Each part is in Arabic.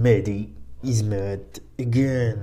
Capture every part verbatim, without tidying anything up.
مهدي is mad again.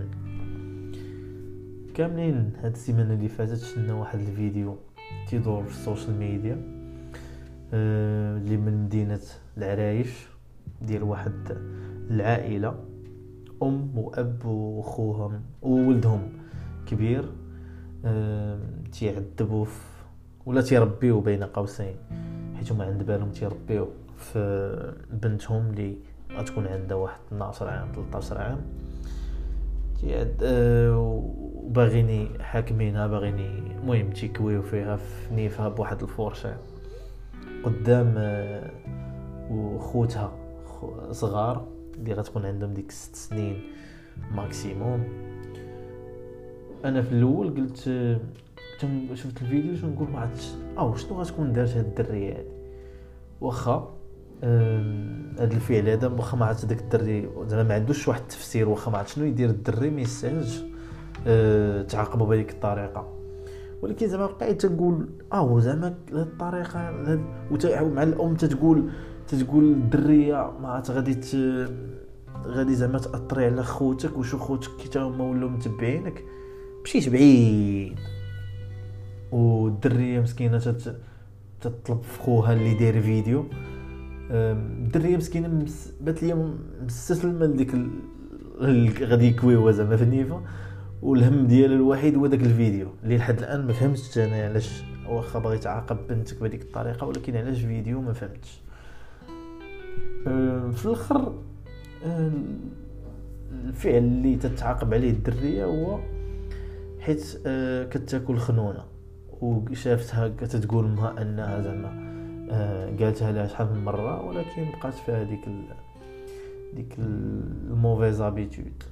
كاملين هاد السيمانه اللي فاتت شفنا واحد الفيديو تيدور في السوشيال ميديا آه اللي من مدينه العرايش ديال واحد العائله، ام واب وخوهم وولدهم كبير آه تيعذبوا ولا تيربيو بين قوسين، حيت هما عند بالهم تيربيو في بنتهم اللي غتكون عندها واحد اثناش عام ثلاثة عشر عام، تيعد وباغيني حاكمينها، باغيني المهم تيكويو فيها في نيفها بواحد الفرشه قدام وخوتها صغار اللي غتكون عندهم ديك ست سنين ماكسيموم. انا في الاول قلت شفت الفيديو شنو نقول ما عرفتش او شنو غتكون دارت هاد الدريه هادي، واخا هاد الفعل هذا واخا ما عرفت داك الدري زعما ما عندوش واحد التفسير، واخا ما عرفت شنو يدير الدري ما يستاهلش أه تعاقبوا بهذيك الطريقه، ولكن زعما بقيت تنقول اه زعما هاد الطريقه مع الام تتقول تتقول الدريه ما عرفت غادي ت... غادي زعما تاثري على خوتك وشو خوتك كي تا هما ولاو متبعينك، مشيت بعيد. والدريه مسكينه تت... تطلب في خوها اللي داير فيديو، الدريه مسكينه مس... بات ليا مستسلمه لديك ال... غادي يكويوها زعما في النيفه، والهم ديالها الوحيد هو داك الفيديو اللي لحد الان ما فهمتش انا علاش واخا باغي تعاقب بنتك بهذيك الطريقه، ولكن علاش فيديو ما فهمتش. في الاخر الفعل اللي تتعاقب عليه الدريه هو حيت كتاكل خنونه وشافتها كتقول امها انها زعما قالتها لها شحال من مره، ولكن بقات فيها ديك ال... ديك الموفيز ابيتود.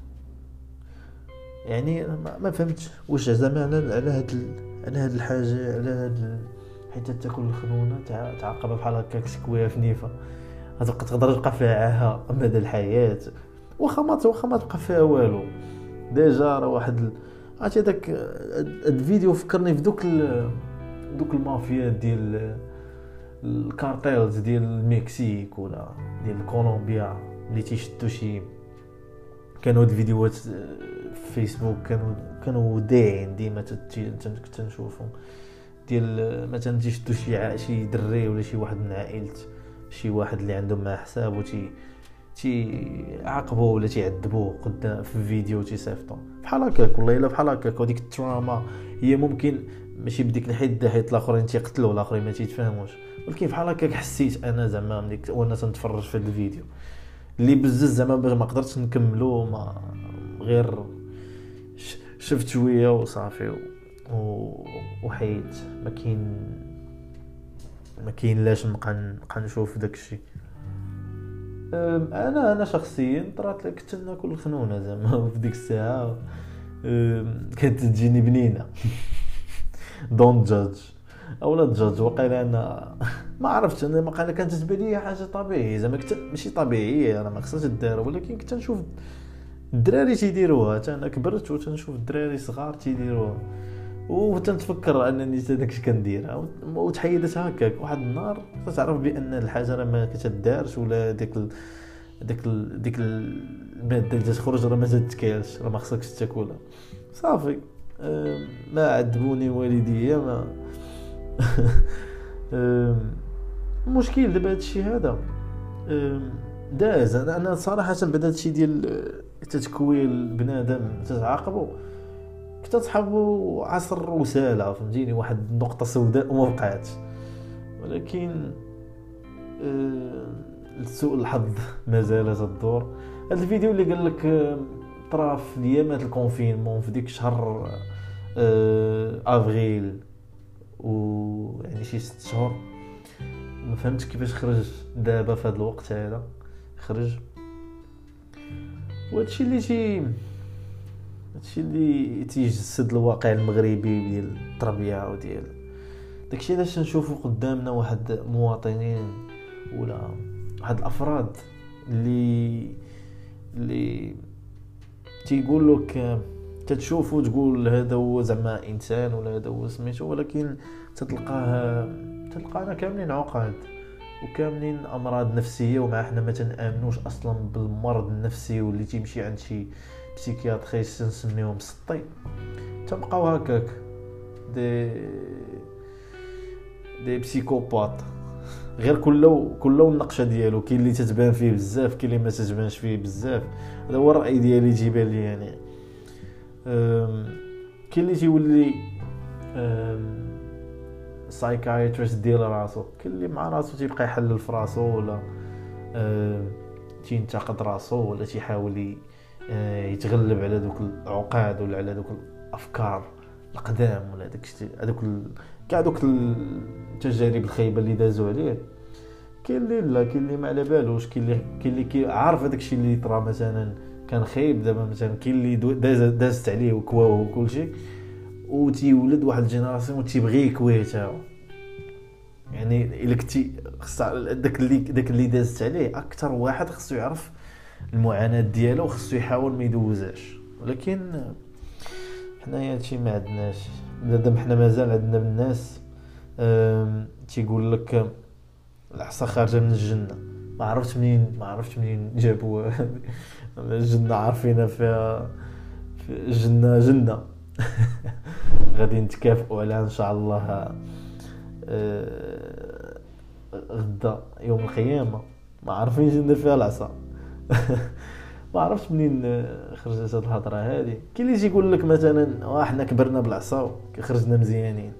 يعني ما فهمتش واش زعما على على هاد ال... على هاد الحاجه على هاد ال... حيت تاكل الخنونه تعاقبها بحال هكاك تكويها في نيفه غتبقى تقدر تبقى فيها عاها مدى الحياه، واخا ما واخا ما تبقى فيها والو. ديجا راه واحد ال... عرفتي داك الفيديو فكرني في دوك ال... دوك المافيا ديال الكارتيلز ديال المكسيك ولا ديال كولومبيا اللي تيشدوا شي، كانوا هاد الفيديوهات في فيسبوك كانوا كانوا داين ديما تنشوفهم ديال مثلا تيشدوا شي شي دري ولا شي واحد من عائلة شي واحد اللي عندهم معاه حساب وتي تي عاقبوه ولا تيعذبوه قدام في فيديو تيصيفطوا بحال هكاك، والله الا بحال هكاك. وديك التراما هي ممكن ماشي بديك الحده حيت الاخرين تيقتلوا الاخرين ما تيتفاهموش، ولكن بحال هكاك حسيت انا زعما ملي وانا تنتفرج في هذا الفيديو اللي بزز زعما باش ما قدرتش نكملو، ما غير شفت شويه وصافي وحيت ما كاين ما كاين لاش نبقى نبقى نشوف داك الشيء. انا انا شخصيا طرات لك كنت ناكل الخنونه زعما في ديك الساعه كانت تجيني بنينه دونت جادج اولا جادج. وقيلا انا ما عرفتش انا ما كانت تبان لي حاجه طبيعيه زعما كنت ماشي طبيعيه انا ما خصهاش دار، ولكن كنت نشوف الدراري تيديروها حتى انا كبرت وتنشوف الدراري صغار تيديروها وتنتفكر انني داكشي كنديرها وتحيدت هكاك. واحد النهار تعرف بان الحاجه راه ما كتدارش ولا ديك ال... ديك ال... ديك الماده اللي تخرج راه ما تتكالش راه ما خصكش تاكلها صافي. أه... ما عذبوني والديا ما أه... المشكل دابا هادشي هذا أه... داز. انا صراحه بدا هادشي ديال تتكوي البنادم تتعاقبوا كنت تصحابو عصر وساله فهمتيني واحد النقطه سوداء وما بقاتش، ولكن أه... لسوء الحظ ما زالت تدور. هذا الفيديو اللي قال لك طرا في ايامات الكونفينمون في ديك شهر أه... افريل ويعني شي ست شهور، ما فهمتش كيفاش خرج دابا في هذا الوقت هذا خرج. وهادشي اللي شي هادشي اللي تيجسد الواقع المغربي ديال التربيه وديال داكشي علاش نشوفوا قدامنا واحد مواطنين ولا واحد الافراد اللي اللي تيقول لك تتشوفوا تقول هذا هو زعما انسان ولا هذا هو سميتو، ولكن تتلقاه تلقانا كاملين عقاد وكاملين امراض نفسيه، ومع حنا ما تنامنوش اصلا بالمرض النفسي، واللي تيمشي عند شي بسيكياتريست نسميهم سطي تبقاو هكاك دي دي بسيكوبات. غير كله كله النقشه ديالو، كاين اللي تتبان فيه بزاف، كاين اللي ما تتبانش فيه بزاف. هذا هو الراي ديالي تيبان لي يعني. كاين اللي تيولي سايكايتريست ديال راسو، كاين اللي مع راسو تيبقى يحلل في راسو، ولا تينتقد راسو، ولا تيحاول يتغلب على دوك العقاد ولا على دوك الافكار القدام، ولا داكشي هذوك كاع دوك التجارب الخايبه اللي دازوا عليه. كاين اللي لا، كاين اللي ما على بالوش، كاين اللي كاين اللي كي عارف هذاك الشيء اللي طرا مثلا كان خايب، دابا مثلا كاين اللي داز دازت عليه وكواو وكل شيء، وتيولد واحد الجينيراسيون تيبغي يكويه تا هو. يعني الا كنتي خص داك اللي داك اللي دازت عليه اكثر واحد خصو يعرف المعاناه ديالو، وخصو يحاول ما يدوزاش. ولكن حنايا هادشي ما عندناش. بنادم حنا مازال عندنا الناس تيقول لك العصا خارجه من الجنه. ما عرفتش منين ما عرفتش منين جابوا الجنه، عارفينها فيها في الجنه جنه غادي نتكافئوا عليها ان شاء الله غدا يوم القيامه. ما عارفين جنه فيها العصا ما عرفتش منين خرجت هاد الهضره هذه. كاين اللي يقول لك مثلا واه حنا كبرنا بالعصا خرجنا مزيانين.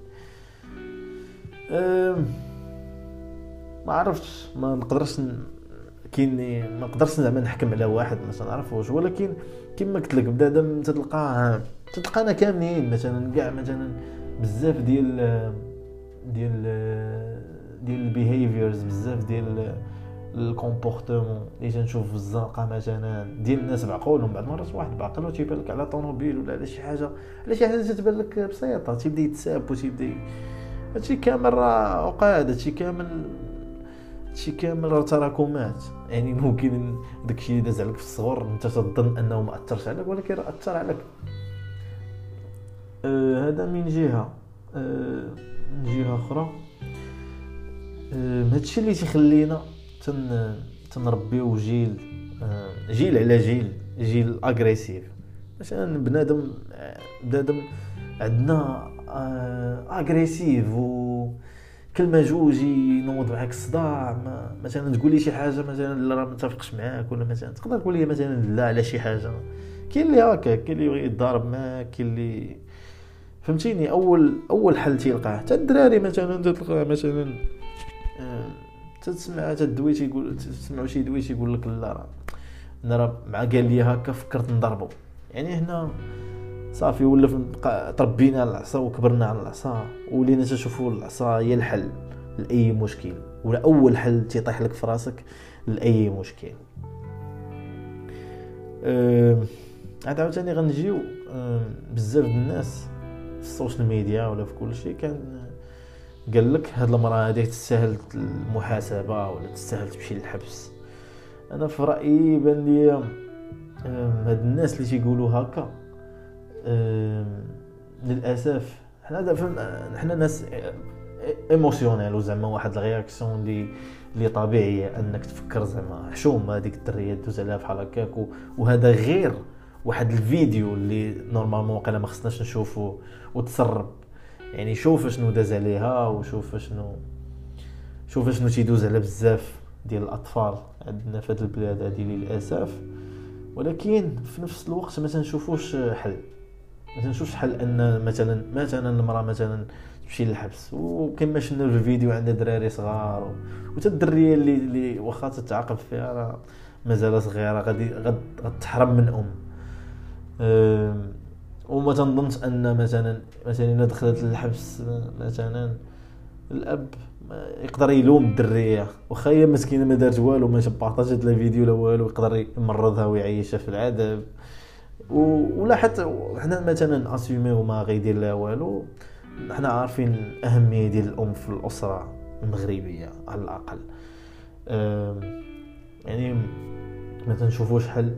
ما عرفتش، ما نقدرش كاين ما نقدرش زعما نحكم على واحد ما نعرفوش. ولكن كما قلت لك بنادم تلقاه تلقانا كاملين مثلا كاع مثلا بزاف ديال ديال ديال البيهيفيرز، بزاف ديال الكومبورتمون اللي تنشوف في الزنقه مثلا ديال الناس بعقولهم. بعض المرات واحد بعقله تيبان لك على طوموبيل ولا على شي حاجه على شي حاجه تتبان لك بسيطه، تيبدا يتساب وتيبدا هادشي كامل راه عقاد، هادشي كامل هادشي كامل راه تراكمات. يعني ممكن داكشي اللي داز عليك في الصغر انت تظن انه ما اثرش عليك، ولكن راه اثر عليك. آه هذا من جهه. آه من جهه اخرى آه هادشي اللي تيخلينا تن تنربيو جيل آه جيل على جيل جيل اغريسيف. مثلا بنادم بنادم عندنا آه اغريسيف، و كلمه جوج ينوض معاك الصداع. مثلا تقول لي شي حاجه مثلا لا راه متفقش معاك، ولا مثلا تقدر تقول لي مثلا لا على شي حاجه. كاين اللي هكا، كاين اللي يبغي يتضارب معاك، كاين اللي فهمتيني. اول اول حل تيلقاه حتى الدراري مثلا تلقى مثلا آه تسمع تدوي تيقول تسمعوا شي دوي تيقول لك لا راه انا راه مع قال لي هكا فكرت نضربو. يعني هنا صافي ولا تربينا على العصا وكبرنا على العصا، ولينا تشوفوا العصا هي الحل لاي مشكل، ولا اول حل تيطيح لك في راسك لاي مشكل. أه عاد عاوتاني غنجيو أه بزاف الناس في السوشيال ميديا ولا في كل شيء كان قال لك هاد المراه هذه تستاهل المحاسبه ولا تستاهل تمشي للحبس. انا في رايي بان لي هاد الناس اللي تيقولوا هكا للاسف حنا حنا ناس ايموشنال، وزعما واحد الرياكسيون اللي اللي طبيعيه انك تفكر زعما حشومه هذيك الدريه دوز عليها بحال هكاك. وهذا غير واحد الفيديو اللي نورمالمون وقيلا ما خصناش نشوفه وتسرب. يعني شوف شنو داز عليها، وشوف شنو شوف شنو تيدوز على بزاف ديال الاطفال عندنا في هذه البلاد هذه للاسف. ولكن في نفس الوقت ما تنشوفوش حل ما تنشوفش حل ان مثلا مثلا المراه مثلا تمشي للحبس. وكما شفنا في الفيديو عندنا دراري صغار، وحتى الدريه اللي اللي واخا تتعاقب فيها راه مازال صغيره غادي غتحرم من ام. أه وما تنظنش ان مثلا مثلا الا دخلت للحبس مثلا الاب يقدر يلوم الدريه واخا هي مسكينه ما دارت والو، ما بارطاجات لا فيديو لا والو، يقدر يمرضها ويعيشها في العذاب. ولا حتى حنا مثلا اسيميو ما غيدير لا والو. حنا عارفين الاهميه ديال الام في الاسره المغربيه على الاقل. يعني ما تنشوفوش حل.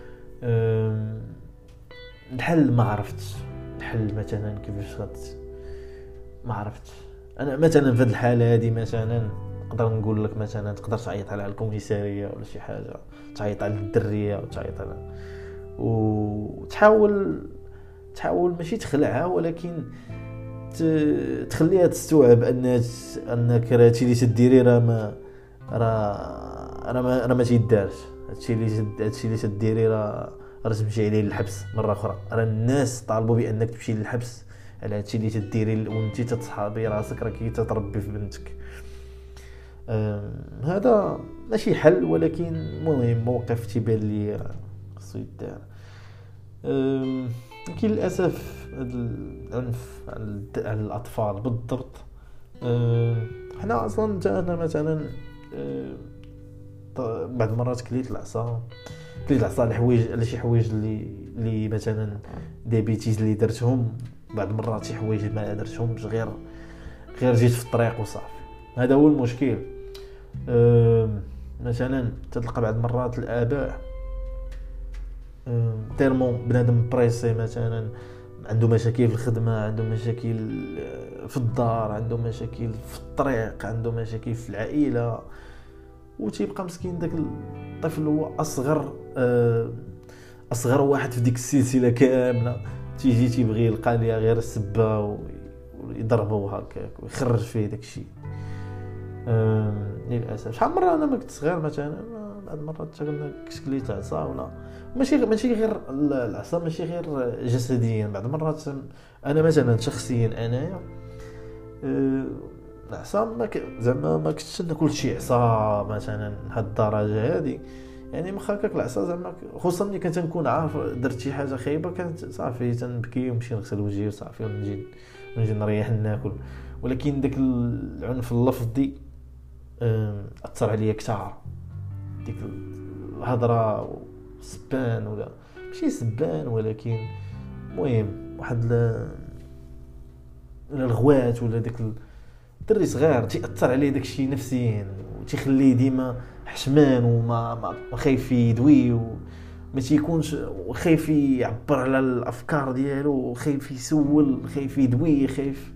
الحل ما عرفتش الحل مثلا كيفاش غت ما عرفتش. انا مثلا في هذه الحاله هذه مثلا نقدر نقول لك مثلا تقدر تعيط على الكوميساريه ولا شي حاجه، تعيط على الدريه وتعيط على وتحاول تحاول ماشي تخلعها ولكن تخليها تستوعب ان انك راه هادشي اللي تديري راه ما راه راه ما راه ما تيدارش. هادشي اللي هادشي اللي تديري راه راه تمشي عليه للحبس مره اخرى. راه الناس طالبوا بانك تمشي للحبس على هادشي اللي تديري وانت تتصحابي راسك راكي تتربي في بنتك. هذا ماشي حل ولكن المهم موقف تيبان لي خصو يدار. لكن للاسف هذا العنف على الاطفال بالضبط. حنا اصلا انا مثلا بعض المرات كليت العصا كليت العصا على حوايج على شي حوايج اللي اللي مثلا دي بيتيز اللي درتهم. بعض المرات شي حوايج ما درتهمش غير غير جيت في الطريق وصافي. هذا هو المشكل. مثلا تلقى بعض المرات الاباء تيرمون بنادم بريسي، مثلا عنده مشاكل في الخدمه، عنده مشاكل في الدار، عنده مشاكل في الطريق، عنده مشاكل في العائله، وتيبقى مسكين داك الطفل هو اصغر اصغر واحد في ديك السلسله كامله. تيجي تيبغي يلقى ليها غير السبه ويضربو هكاك ويخرج فيه داكشي. للاسف شحال مره انا ما كنت صغير مثلا بعض المرات قلنا كشكليت عصا ولا ماشي ماشي غير العصا، ماشي غير جسديا. بعض المرات انا مثلا شخصيا انايا العصا ما زعما ما كنتش ناكل شي عصا مثلا لهاد الدرجه هذه. يعني مخ هكاك العصا زعما خصوصا ملي كنت نكون عارف درت شي حاجه خايبه كانت صافي تنبكي ونمشي نغسل وجهي وصافي ونجي نجي نريح ناكل. ولكن داك العنف اللفظي اثر عليا كثار. ديك الهضره سبان ولا ماشي سبان ولكن المهم واحد الغوات ولا داك الدري صغير تيأثر عليه داكشي نفسيا وتيخليه ديما حشمان وما ما خايف يدوي وما تيكونش خايف يعبر على الافكار ديالو، خايف يسول، خايف يدوي، خايف.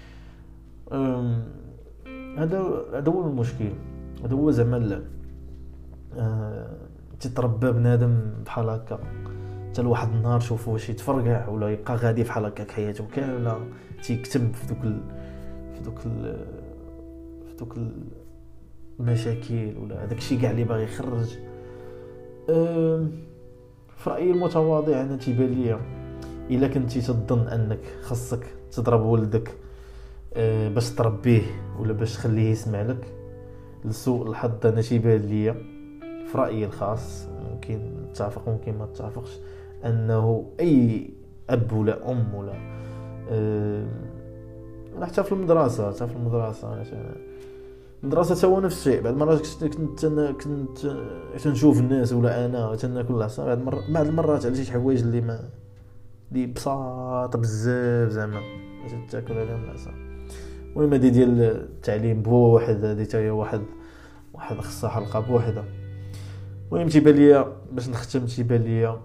هذا هذا هو المشكل. هذا هو زعما أه... تتربى بنادم بحال هكا حتى لواحد النهار شوفوا واش يتفرقع ولا يبقى غادي بحال هكاك حياته كامله تيكتم في دوك ال... في دوك ال... في دوك المشاكل ولا داكشي كاع اللي باغي يخرج. أه... في رايي المتواضع انا تيبان ليا الا كنتي تظن انك خاصك تضرب ولدك أه باش تربيه ولا باش تخليه يسمع لك، لسوء الحظ انا تيبان ليا في رايي الخاص، ممكن تتفق ممكن ما تتفقش، انه اي اب ولا ام ولا أه حتى في المدرسه حتى في المدرسه مثلا المدرسه هو نفس الشيء. بعض المرات كنت كنت كنت تنشوف الناس ولا انا تناكل العصا بعض المرات بعض المرات على شي حوايج اللي ما اللي بساط بزاف زعما تاكل عليهم العصا. المهم هذه ديال التعليم بوحد هذه حتى هي واحد واحد خصها حلقه بوحدها. المهم تيبان ليا باش نختم تيبان ليا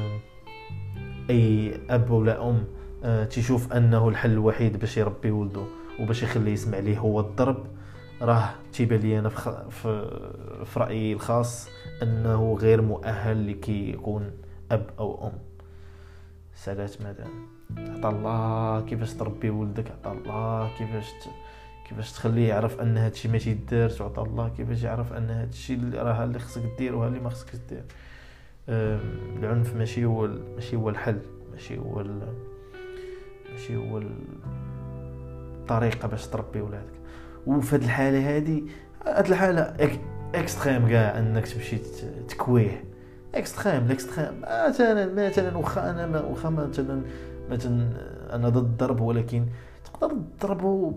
اي اب ولا ام تيشوف انه الحل الوحيد باش يربي ولده وباش يخليه يسمع ليه هو الضرب، راه تيبان لي انا في في رايي الخاص انه غير مؤهل لكي يكون اب او ام. سالات مثلا عطا الله كيفاش تربي ولدك، عطا الله كيفاش ت... كيفاش تخليه يعرف ان هادشي ماشي يدارش، وعطا الله كيفاش يعرف ان هادشي اللي راه اللي خصك دير وها اللي ما خصكش دير. العنف ماشي هو ماشي هو الحل، ماشي هو ال... ماشي هو الطريقه باش تربي ولادك. وفي هذه الحاله هذه هذه الحاله إك... اكستريم كاع انك تمشي تكويه اكستريم الاكستريم مثلا مثلا واخا انا واخا مثلا مثلا انا ضد الضرب ولكن تقدر تضربوا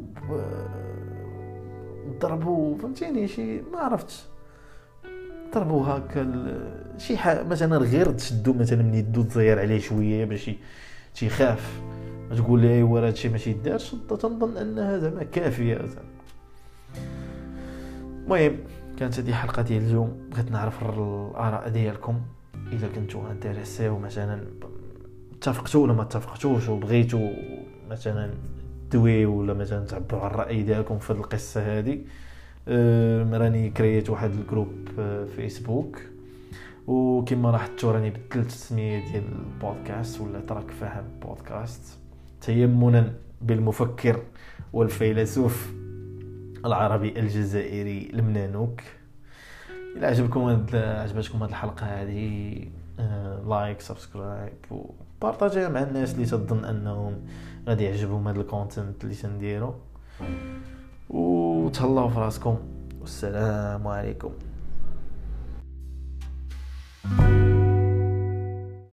تضربوا فهمتيني شي ما عرفتش ضربوا هكا شي حاجه مثلا غير تشدو مثلا من يدو تزير عليه شويه باش تيخاف تقول لي ايوا راه هادشي ماشي يدارش تنظن انها زعما كافيه زعما. المهم كانت هذه حلقه ديال اليوم، بغيت نعرف الاراء ديالكم اذا كنتوا انتريسيو مثلا اتفقتوا ولا ما اتفقتوش وبغيتوا مثلا دوي ولا مثلا تعبروا على الراي ديالكم في القصه هذه. أه راني كرييت واحد الجروب أه فيسبوك، وكما لاحظتوا راني بدلت السميه ديال البودكاست ولا تراك فاهم بودكاست تيمنا بالمفكر والفيلسوف العربي الجزائري المنانوك. الى عجبكم هاد عجبتكم هاد الحلقه هذه آه، لايك سبسكرايب وبارطاجيها مع الناس اللي تظن انهم غادي يعجبهم هاد الكونتنت اللي تنديرو، وتهلاو في راسكم والسلام عليكم.